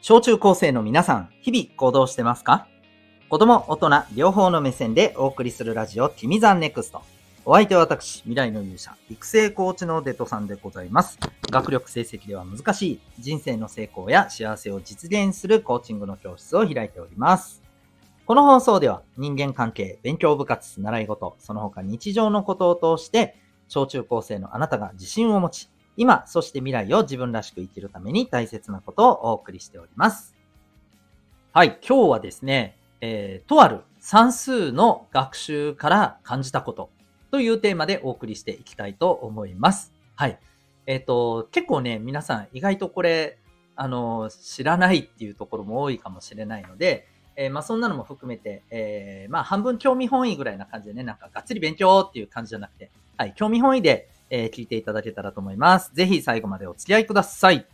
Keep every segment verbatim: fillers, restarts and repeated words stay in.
小中高生の皆さん、日々行動してますか？子供、大人、両方の目線でお送りするラジオ、君ザネクスト。お相手は私、未来の勇者、育成コーチのデトさんでございます。学力成績では難しい人生の成功や幸せを実現するコーチングの教室を開いております。この放送では人間関係、勉強部活、習い事、その他日常のことを通して、小中高生のあなたが自信を持ち、今、そして未来を自分らしく生きるために大切なことをお送りしております。はい、今日はですね、えー、とある算数の学習から感じたことというテーマでお送りしていきたいと思います。はい。えっ、と、結構ね、皆さん意外とこれ、あの、知らないっていうところも多いかもしれないので、えーまあそんなのも含めて、えーまあ半分興味本位ぐらいな感じでね、なんかがっつり勉強っていう感じじゃなくて、はい、興味本位で、えー聞いていただけたらと思います。ぜひ最後までお付き合いください。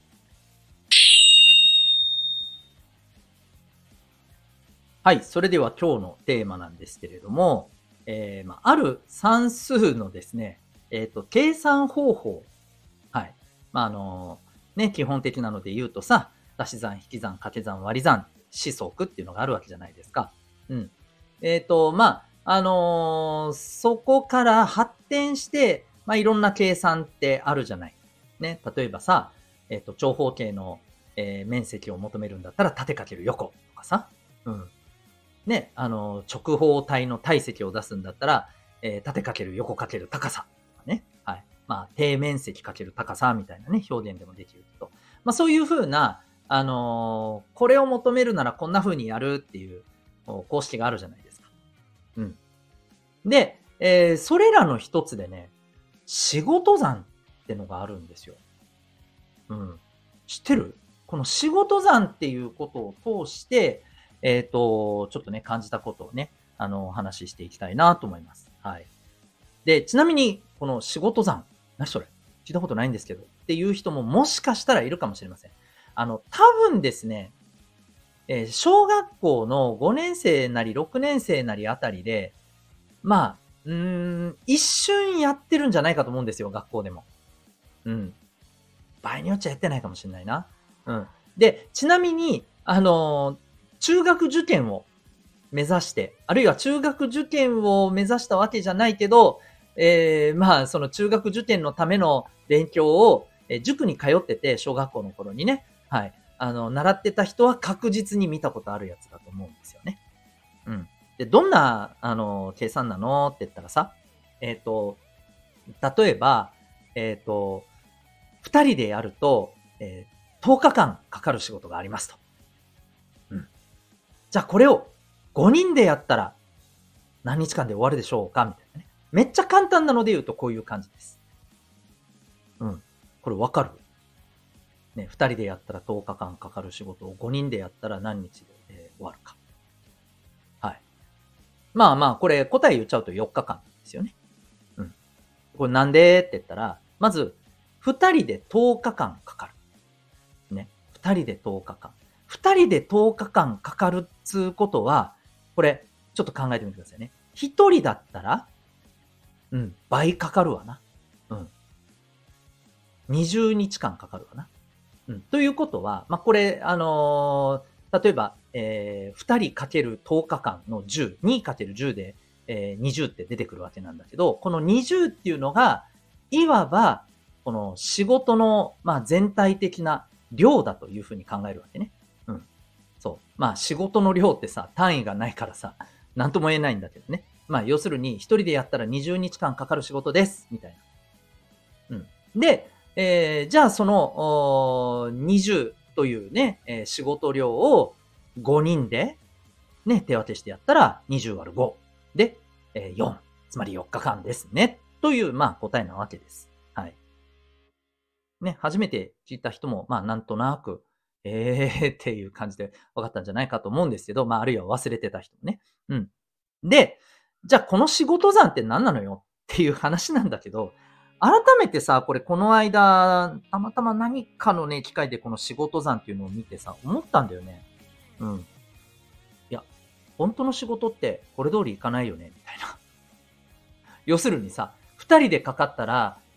はい、それでは今日のテーマなんですけれども、えーまあ、ある算数のですね、えっ、と、計算方法。はい。まあ、あのね、基本的なので言うとさ、足し算、引き算、掛け算、割り算、四則っていうのがあるわけじゃないですか。うん。えっ、と、まあ、あのーそこから発展して、まあ、いろんな計算ってあるじゃない。ね。例えばさ、えっ、と、長方形の、えー面積を求めるんだったら、縦かける横とかさ。うん。ね、あの、直方体の体積を出すんだったら、えー縦かける横かける高さとかね。はい。まあ、底面積かける高さみたいなね、表現でもできるけど。まあ、そういうふうな、あのーこれを求めるならこんな風にやるっていうこう公式があるじゃないですか。うん。で、えーそれらの一つでね、仕事算ってのがあるんですよ。うん。知ってる？この仕事算っていうことを通して、えっ、と、ちょっとね、感じたことをね、あの、お話ししていきたいなと思います。はい。で、ちなみに、この仕事算、何それ聞いたことないんですけど、っていう人ももしかしたらいるかもしれません。あの、多分ですね、えー小学校のごねん生なりろくねん生なりあたりで、まあ、うーん、一瞬やってるんじゃないかと思うんですよ、学校でも。うん。場合によっちゃやってないかもしれないな。うん。で、ちなみに、あの、中学受験を目指して、あるいは中学受験を目指したわけじゃないけど、えー、まあ、その中学受験のための勉強を、えー塾に通ってて、小学校の頃にね、はい、あの、習ってた人は確実に見たことあるやつだと思うんですよね。うん。で、どんな、あの、計算なのって言ったらさ、えっ、と、例えば、えっ、と、二人でやると、えーとおかかんかかる仕事がありますと。うん。じゃあこれをごにんでやったら何日間で終わるでしょうかみたいなね。めっちゃ簡単なので言うとこういう感じです。うん。これわかる？ね、二人でやったらとおかかんかかる仕事をごにんでやったら何日で、えー終わるか。はい。まあまあ、これ答え言っちゃうとよっかかんですよね。うん。これなんでって言ったら、まず、二人でとおかかんかかる。ね。二人でとおかかん。二人でとおかかんかかるっつうことは、これ、ちょっと考えてみてくださいね。一人だったら、うん、倍かかるわな。うん。にじゅうにちかんかかるわな。うん。ということは、まあ、これ、あのー例えば、えー、二人かけるとおかかんのじゅう、にかけるじゅうで、えー、にじゅうって出てくるわけなんだけど、このにじゅうっていうのが、いわば、この仕事の、まあ、全体的な量だというふうに考えるわけね。うん。そう。まあ、仕事の量ってさ、単位がないからさ、なんとも言えないんだけどね。まあ、要するに、一人でやったらにじゅうにちかんかかる仕事です。みたいな。うん。で、えー、じゃあその、にじゅうというね、えー仕事量をごにんで、ね、手分けしてやったらにじゅう割るごで、えー、よん。つまりよっかかんですね。という、まあ答えなわけです。はい。ね、初めて聞いた人も、まあなんとなく、えーっていう感じで分かったんじゃないかと思うんですけど、まああるいは忘れてた人もね。うん。で、じゃあこの仕事算って何なのよっていう話なんだけど、改めてさ、これこの間、たまたま何かのね、機会でこの仕事算っていうのを見てさ、思ったんだよね。うん。いや、本当の仕事ってこれ通りいかないよね、みたいな。要するにさ、二人でかかったら、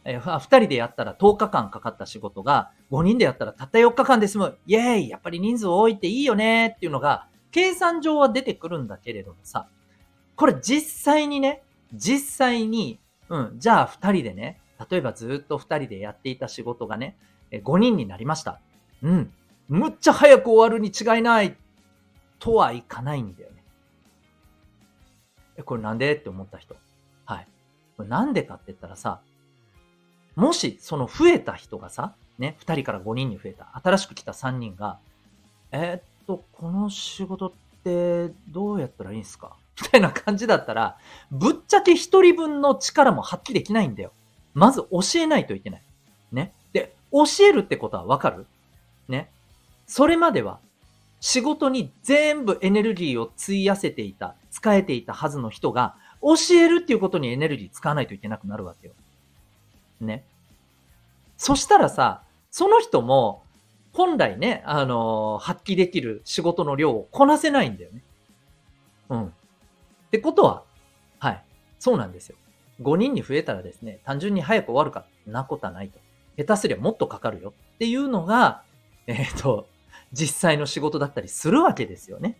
えー、ふふたりでやったらとおかかんかかった仕事が、ごにんでやったらたったよっかかんで済む。イエーイやっぱり人数多いっていいよねっていうのが、計算上は出てくるんだけれどもさ、これ実際にね、実際に、うん、じゃあふたりでね、例えばずっとふたりでやっていた仕事がね、え、ごにんになりました。うん。むっちゃ早く終わるに違いないとはいかないんだよね。え、これなんでって思った人。はい。これなんでかって言ったらさ、もしその増えた人がさ、ね、ふたりからごにんに増えた、新しく来たさんにんが、えーっと、この仕事ってどうやったらいいんすかみたいな感じだったら、ぶっちゃけひとりぶんの力も発揮できないんだよ。まず教えないといけない。ね。で、教えるってことはわかるね。それまでは仕事に全部エネルギーを費やせていた、使えていたはずの人が、教えるっていうことにエネルギー使わないといけなくなるわけよ。ね。そしたらさ、その人も、本来ね、あの、発揮できる仕事の量をこなせないんだよね。うん。ってことは、はい。そうなんですよ。ごにんに増えたらですね、単純に早く終わるか、なことはないと。下手すりゃもっとかかるよっていうのが、えっと、実際の仕事だったりするわけですよね。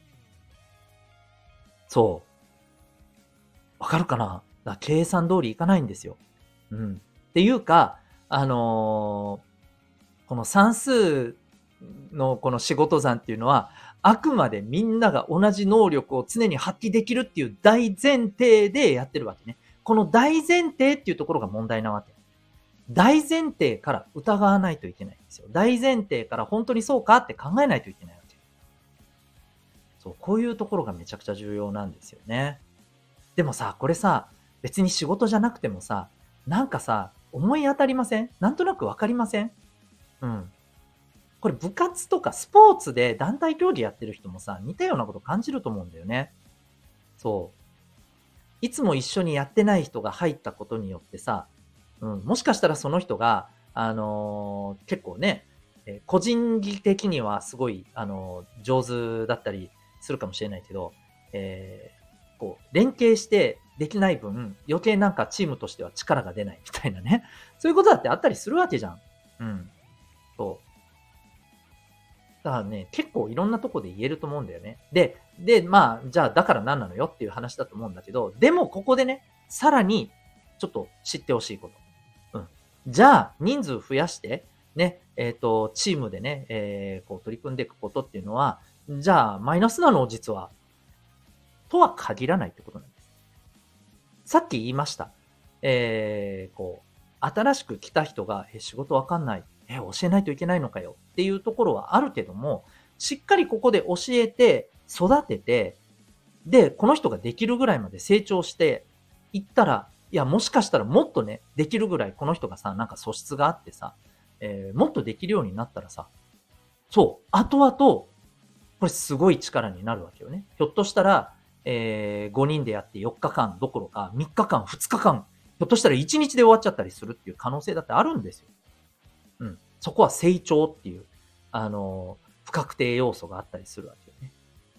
そう。わかるかな？だ、計算通りいかないんですよ。うん。っていうか、あの、この算数のこの仕事算っていうのは、あくまでみんなが同じ能力を常に発揮できるっていう大前提でやってるわけね。この大前提っていうところが問題なわけ。大前提から疑わないといけないんですよ。大前提から本当にそうかって考えないといけないわけ。そう、こういうところがめちゃくちゃ重要なんですよね。でもさ、これさ、別に仕事じゃなくてもさ、なんかさ、思い当たりません？なんとなくわかりません？うん。これ部活とかスポーツで団体競技やってる人もさ、似たようなこと感じると思うんだよね。そう。いつも一緒にやってない人が入ったことによってさ、うん、もしかしたらその人が、あの、結構ね、え、個人技的にはすごい、あの、上手だったりするかもしれないけど、えーこう、連携してできない分、余計なんかチームとしては力が出ないみたいなね。そういうことだってあったりするわけじゃん。うん。そう。だからね、結構いろんなとこで言えると思うんだよね。で、で、まあ、じゃあだから何なのよっていう話だと思うんだけど、でもここでね、さらにちょっと知ってほしいこと。うん。じゃあ、人数増やして、ね、えっ、と、チームでね、えー、こう取り組んでいくことっていうのは、じゃあ、マイナスなの実は、とは限らないってことなんです。さっき言いました。えー、こう、新しく来た人が、え、仕事わかんない。え、教えないといけないのかよっていうところはあるけども、しっかりここで教えて、育てて、で、この人ができるぐらいまで成長していったら、いや、もしかしたらもっとね、できるぐらいこの人がさ、なんか素質があってさ、えーもっとできるようになったらさ、そう、後々、これすごい力になるわけよね。ひょっとしたら、えー、ごにんでやってよっかかんどころか、みっかかん、ふつかかん、ひょっとしたらいちにちで終わっちゃったりするっていう可能性だってあるんですよ。うん。そこは成長っていう、あの、不確定要素があったりするわけよね。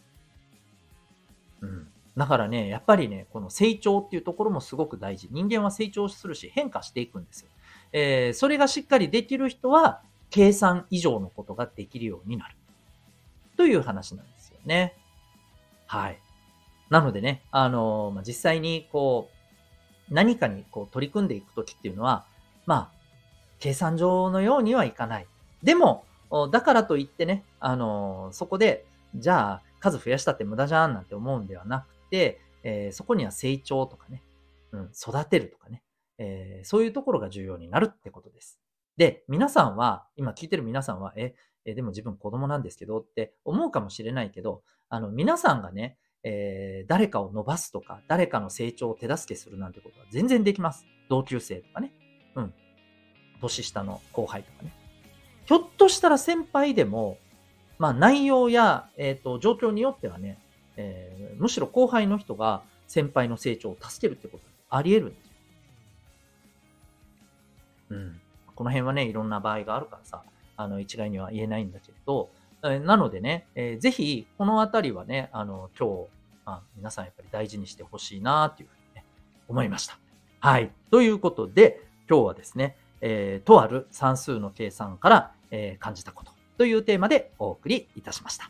うん。だからね、やっぱりね、この成長っていうところもすごく大事。人間は成長するし、変化していくんですよ。えー、それがしっかりできる人は、計算以上のことができるようになる。という話なんですよね。はい。なのでね、あの、まあ、実際にこう、何かにこう取り組んでいくときっていうのは、まあ、計算上のようにはいかない。でも、おだからといってね、あの、そこで、じゃあ、数増やしたって無駄じゃんなんて思うんではなくて、えーそこには成長とかね、うん、育てるとかね、えーそういうところが重要になるってことです。で、皆さんは、今聞いてる皆さんは、え、え、でも自分子供なんですけどって思うかもしれないけど、あの、皆さんがね、えー誰かを伸ばすとか、誰かの成長を手助けするなんてことは全然できます。同級生とかね。うん。年下の後輩とかね。ひょっとしたら先輩でも、まあ内容や、えっ、と、状況によってはね、えーむしろ後輩の人が先輩の成長を助けるってことあり得るんですよ。うん。この辺はね、いろんな場合があるからさ、あの、一概には言えないんだけれど、えーなのでね、えーぜひ、このあたりはね、あの、今日、まあ、皆さんやっぱり大事にしてほしいなっていうふうにね、思いました。はい。ということで、 今日はですね、えーとある算数の計算から、えー感じたことというテーマでお送りいたしました。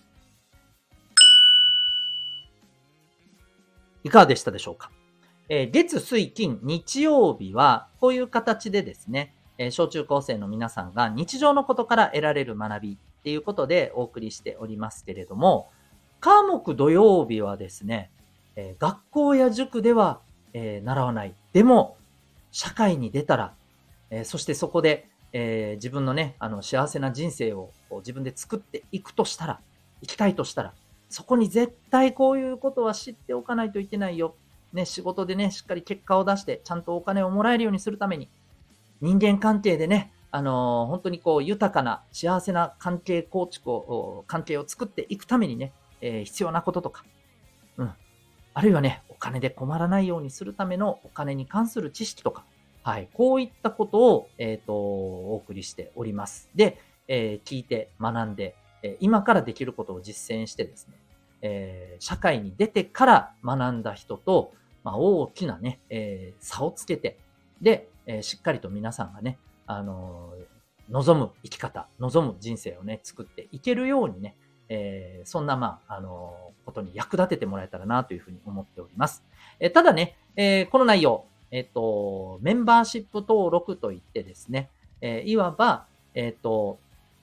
いかがでしたでしょうか？えー月、水、金、日曜日は、こういう形でですね、えー小中高生の皆さんが日常のことから得られる学びっていうことでお送りしておりますけれども、科目土曜日はですね、えー学校や塾では、えー習わない。でも、社会に出たら、えーそしてそこで、えー自分のね、あの、幸せな人生をこう自分で作っていくとしたら、生きたいとしたら、そこに絶対こういうことは知っておかないといけないよ。ね、仕事でね、しっかり結果を出して、ちゃんとお金をもらえるようにするために、人間関係でね、あの、本当にこう豊かな幸せな関係構築を、お関係を作っていくためにね、えー必要なこととか、うん、あるいはね、お金で困らないようにするためのお金に関する知識とか、はい、こういったことを、えっと、お送りしております。で、えー聞いて学んで、えー今からできることを実践してですね、えー社会に出てから学んだ人と、まあ、大きなね、えー差をつけて、で、えーしっかりと皆さんがね、あのー望む生き方、望む人生をね、作っていけるようにね、えーそんな、まあ、あのーことに役立ててもらえたらなというふうに思っております。えーただね、えーこの内容、えっ、と、メンバーシップ登録といってですね、えーいわば、えっ、と、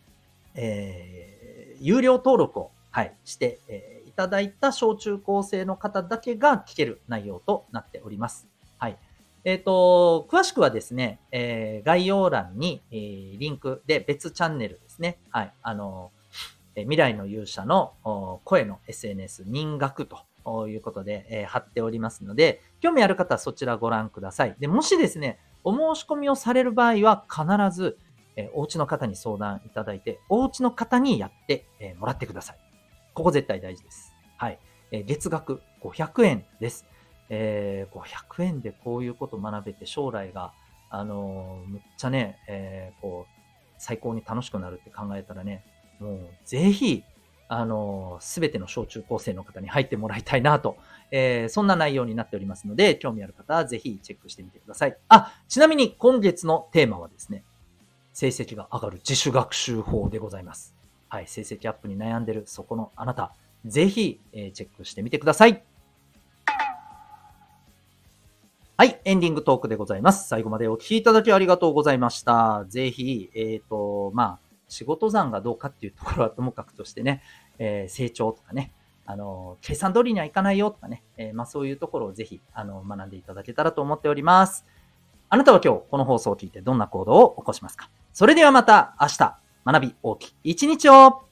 えー有料登録を、はい、して、えーいただいた小中高生の方だけが聞ける内容となっております。はい。えっ、と、詳しくはですね、えー概要欄に、えーリンクで別チャンネルですね。はい。あのえー未来の勇者のお声の エスエヌエス、人学ということで、えー貼っておりますので、興味ある方はそちらご覧ください。で、もしですね、お申し込みをされる場合は必ず、えーお家の方に相談いただいて、お家の方にやって、えーもらってください。ここ絶対大事です。はい。えー月額ごひゃくえんです。えーごひゃくえんでこういうこと学べて将来が、あのーむっちゃね、えーこう、最高に楽しくなるって考えたらね、もうぜひ、あのーすべての小中高生の方に入ってもらいたいなと、えーそんな内容になっておりますので、興味ある方はぜひチェックしてみてください。あ、ちなみに今月のテーマはですね、成績が上がる自主学習法でございます。はい、成績アップに悩んでるそこのあなた、ぜひ、えーチェックしてみてください。はい、エンディングトークでございます。最後までお聞きいただきありがとうございました。ぜひ、えっ、と、まあ、仕事残がどうかっていうところはともかくとしてね、えー成長とかね、あの、計算通りにはいかないよとかね、えーまあそういうところをぜひ、あの、学んでいただけたらと思っております。あなたは今日この放送を聞いてどんな行動を起こしますか？それではまた明日、学び大きい一日を